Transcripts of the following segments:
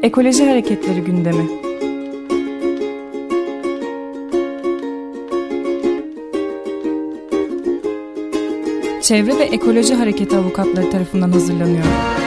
Ekoloji hareketleri gündemi. Çevre ve Ekoloji Hareketi avukatları tarafından hazırlanıyor.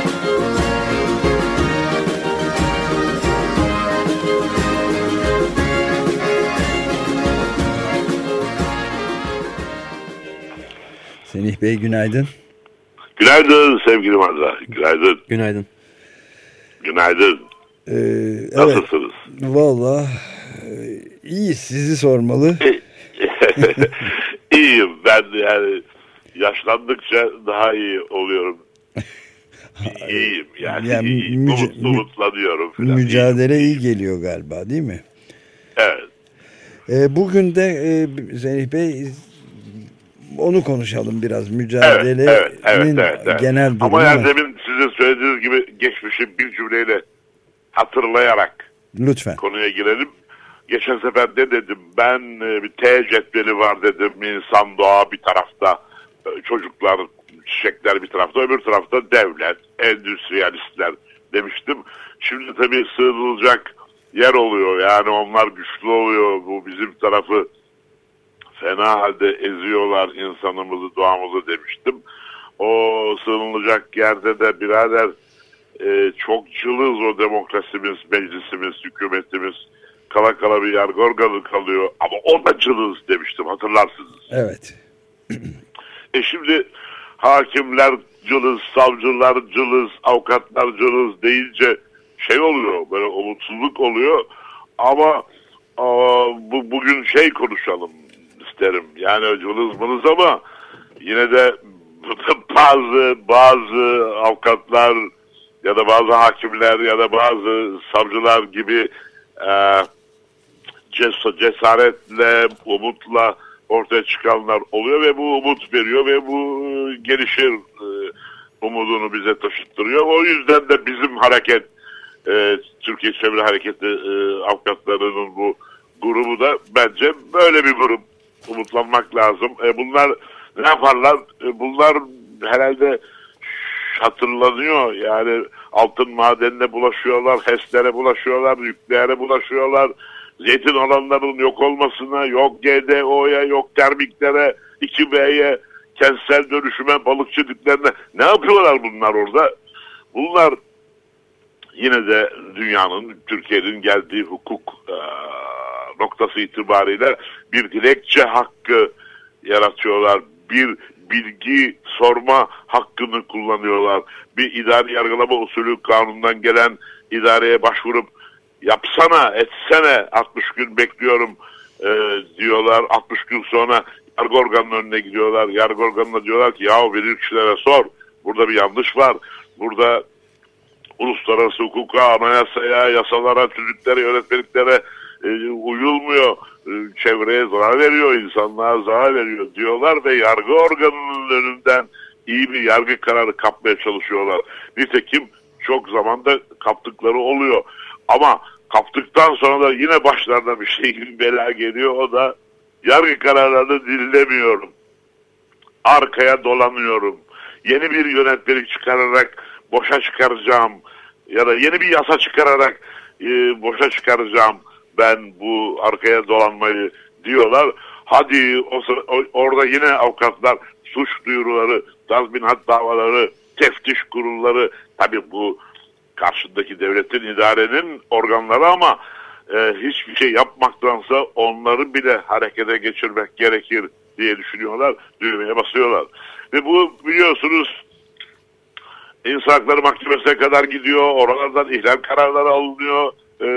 Semih Bey günaydın. Günaydın sevgili Mazhar. Günaydın. Günaydın. Günaydın. Nasılsınız? Evet, vallahi iyi, sizi sormalı. İyiyim. Ben yani yaşlandıkça daha iyi oluyorum. İyiyim yani iyiyim. Umutlanıyorum falan. Mücadele iyi geliyor galiba, değil mi? Evet. Bugün de Semih Bey onu konuşalım biraz, mücadelenin evet. genel durumu. Ama yani demin sizin söylediğiniz gibi geçmişi bir cümleyle hatırlayarak lütfen konuya girelim. Geçen sefer ne dedim? Ben bir T cetveli var dedim. İnsan, doğa bir tarafta, çocuklar, çiçekler bir tarafta, öbür tarafta devlet, endüstriyalistler demiştim. Şimdi tabii sığınılacak yer oluyor. Yani onlar güçlü oluyor. Bu bizim tarafı fena halde eziyorlar, insanımızı, doğamızı demiştim. O sığınılacak yerde de birader çok cılız o demokrasimiz, meclisimiz, hükümetimiz. Kala kala bir yargı organı kalıyor. Ama o da cılız demiştim, hatırlarsınız. Evet. Şimdi hakimler cılız, savcılar cılız, avukatlar cılız deyince şey oluyor, böyle umutsuzluk oluyor. Ama bugün konuşalım isterim. Yani cılız mınız ama yine de bazı avukatlar ya da bazı hakimler ya da bazı savcılar gibi cesaretle, umutla ortaya çıkanlar oluyor ve bu umut veriyor ve bu gelişir umudunu bize taşıttırıyor. O yüzden de bizim hareket, Türkiye Çevre Hareketi avukatlarının bu grubu da bence böyle bir grup. Umutlanmak lazım. Bunlar ne yaparlar? Bunlar herhalde hatırlanıyor. Yani altın madenine bulaşıyorlar, HES'lere bulaşıyorlar, nükleere bulaşıyorlar. Zeytin alanlarının yok olmasına, yok GDO'ya, yok termiklere, 2B'ye, kentsel dönüşüme, balıkçılıklarına. Ne yapıyorlar bunlar orada? Bunlar yine de dünyanın, Türkiye'nin geldiği hukuk noktası itibariyle bir dilekçe hakkı yaratıyorlar. Bir bilgi sorma hakkını kullanıyorlar. Bir idari yargılama usulü kanundan gelen idareye başvurup yapsana, etsene, 60 gün bekliyorum diyorlar. 60 gün sonra yargı organının önüne gidiyorlar. Yargı organına diyorlar ki yahu bilir kişilere sor. Burada bir yanlış var. Burada uluslararası hukuka, anayasaya, yasalara, tüzüklere, yönetmeliklere uyulmuyor. Çevreye zarar veriyor, insanlığa zarar veriyor diyorlar ve yargı organının önünden iyi bir yargı kararı kapmaya çalışıyorlar. Nitekim çok zamanda kaptıkları oluyor. Ama kaptıktan sonra da yine başlarına bir şey bela geliyor. O da yargı kararlarını dinlemiyorum. Arkaya dolanıyorum. Yeni bir yönetmelik çıkararak boşa çıkaracağım. Ya da yeni bir yasa çıkararak boşa çıkaracağım ben bu arkaya dolanmayı diyorlar. Hadi orada yine avukatlar suç duyuruları, tazminat davaları, teftiş kurulları, tabii bu karşındaki devletin, idarenin organları ama hiçbir şey yapmaktansa onları bile harekete geçirmek gerekir diye düşünüyorlar. Düğmeye basıyorlar. Ve bu biliyorsunuz İnsan Hakları Mahkemesi'ne kadar gidiyor. Oralardan ihlal kararları alınıyor.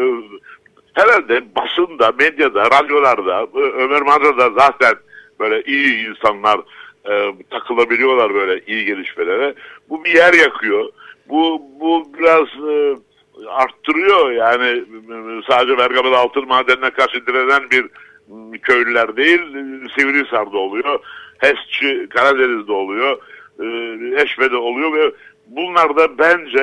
Herhalde basında, medyada, radyolarda, Ömer Madra'da zaten böyle iyi insanlar takılabiliyorlar böyle iyi gelişmelere. Bu bir yer yakıyor. Bu biraz arttırıyor yani sadece Bergama'da altın madenine karşı direnen bir köylüler değil, Sivrihisar'da oluyor, HES'çi Karadeniz'de oluyor, Eşme'de oluyor ve bunlar da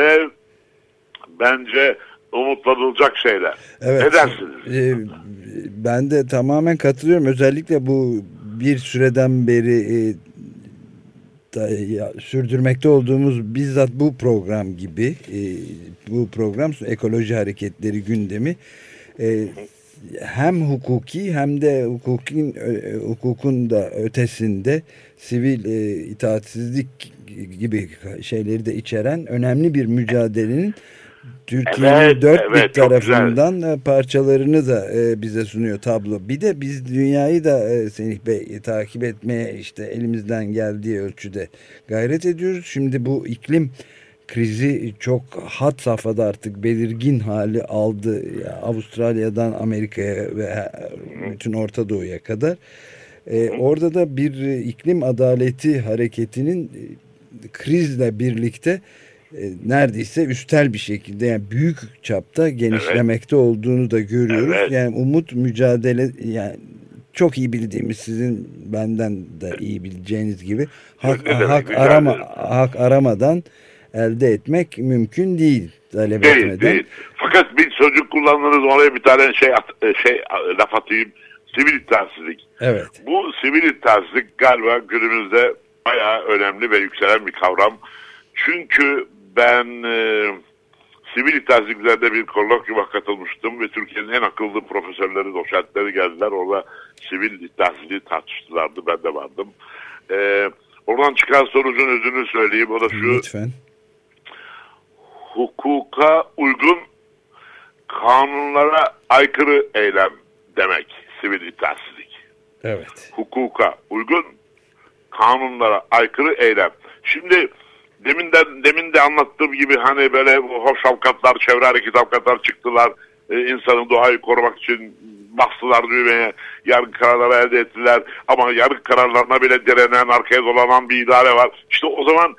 bence umutlanılacak şeyler. Evet, ne dersiniz? Ben de tamamen katılıyorum. Özellikle bu bir süreden beri sürdürmekte olduğumuz bizzat bu program gibi bu program ekoloji hareketleri gündemi hem hukuki hem de hukukun da ötesinde sivil itaatsizlik gibi şeyleri de içeren önemli bir mücadelenin Türkiye'nin dört bir tarafından parçalarını da bize sunuyor tablo. Bir de biz dünyayı da Semih Bey takip etmeye işte elimizden geldiği ölçüde gayret ediyoruz. Şimdi bu iklim krizi çok had safhada artık belirgin hali aldı. Avustralya'dan Amerika'ya ve bütün Orta Doğu'ya kadar. Orada da bir iklim adaleti hareketinin krizle birlikte neredeyse üstel bir şekilde, yani büyük çapta genişlemekte olduğunu da görüyoruz. Evet. Yani umut, mücadele, yani çok iyi bildiğimiz, sizin benden de iyi bileceğiniz gibi hak aramadan elde etmek mümkün değil. Değil. Fakat bir sözcük kullandınız, oraya bir tane laf atayım. Sivil itaatsizlik. Evet. Bu sivil itaatsizlik galiba günümüzde bayağı önemli ve yükselen bir kavram. Çünkü ben sivil itaatsizliklerde bir kolokyuma katılmıştım ve Türkiye'nin en akıllı profesörleri, doçentleri geldiler. Orada sivil itaatsizliği tartıştılardı. Ben de vardım. Oradan çıkan sonucun özünü söyleyeyim. O da şu. Lütfen. Hukuka uygun, kanunlara aykırı eylem demek sivil itaatsizlik. Evet. Hukuka uygun, kanunlara aykırı eylem. Şimdi demin de anlattığım gibi hani böyle hoş avukatlar, çevre hareket avukatlar çıktılar. İnsanın doğayı korumak için bastılar düğmeye, yargı kararları elde ettiler. Ama yargı kararlarına bile direnen, arkaya dolanan bir idare var. İşte o zaman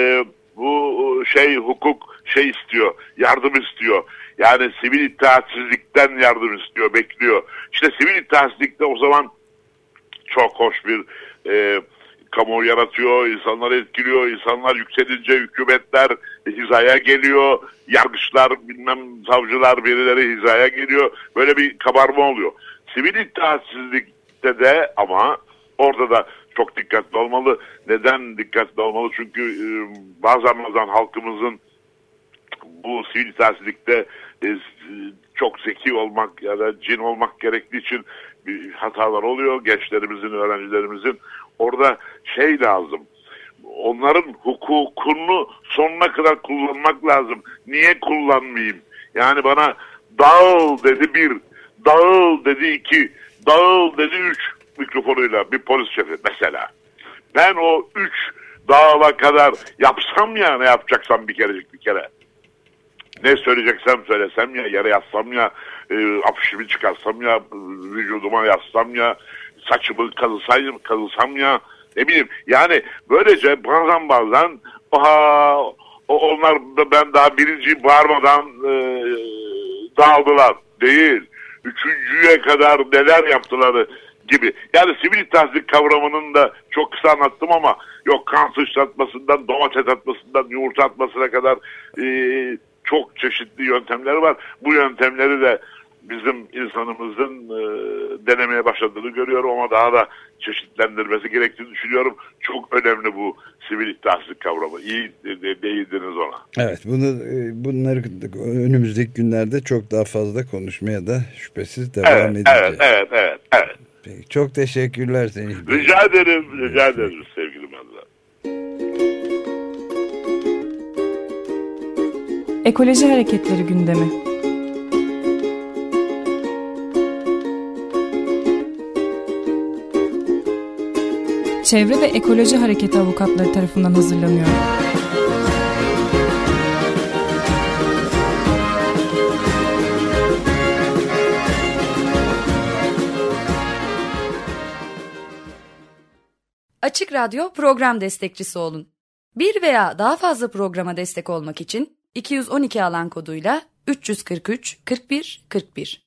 bu hukuk istiyor, yardım istiyor. Yani sivil itaatsizlikten yardım istiyor, bekliyor. İşte sivil itaatsizlikte o zaman çok hoş bir kamuoyu yaratıyor, insanları etkiliyor, insanlar yükselince hükümetler hizaya geliyor, yargıçlar, savcılar, birileri hizaya geliyor. Böyle bir kabarma oluyor. Sivil itaatsizlikte de ama orada da çok dikkatli olmalı. Neden dikkatli olmalı? Çünkü bazen halkımızın bu sivil itaatsizlikte çok zeki olmak ya da cin olmak gerektiği için hatalar oluyor. Gençlerimizin, öğrencilerimizin orada lazım. Onların hukukunu sonuna kadar kullanmak lazım. Niye kullanmayayım? Yani bana dağıl dedi 1, dağıl dedi 2, dağıl dedi 3 mikrofonuyla bir polis şefi mesela. Ben o 3 dağıla kadar yapsam ya, ne yapacaksam bir kere. Ne söyleyeceksem söylesem ya, yere yatsam ya, afişimi çıkarsam ya, vücuduma yatsam ya, saçımı kazısam ya, ne bileyim. Yani böylece bazen onlar ben daha birinciyi bağırmadan dağıldılar. Değil. 3.'ye kadar neler yaptılar gibi. Yani sivil itaatsizlik kavramının da çok kısa anlattım ama yok, kan sıçratmasından, domates atmasından, yumurta atmasına kadar çok çeşitli yöntemler var. Bu yöntemleri de bizim insanımızın denemeye başladığını görüyorum ama daha da çeşitlendirmesi gerektiğini düşünüyorum. Çok önemli bu sivil itaatsizlik kavramı. İyi değindiniz ona. Evet, bunları önümüzdeki günlerde çok daha fazla konuşmaya da şüphesiz devam edeceğiz. Evet. Peki, çok teşekkürler Semih Bey. Rica ederim sevgili Mazhar. Ekoloji hareketleri gündemi. Çevre ve Ekoloji Hareketi avukatları tarafından hazırlanıyor. Açık Radyo program destekçisi olun. Bir veya daha fazla programa destek olmak için 212 alan koduyla 343 41 41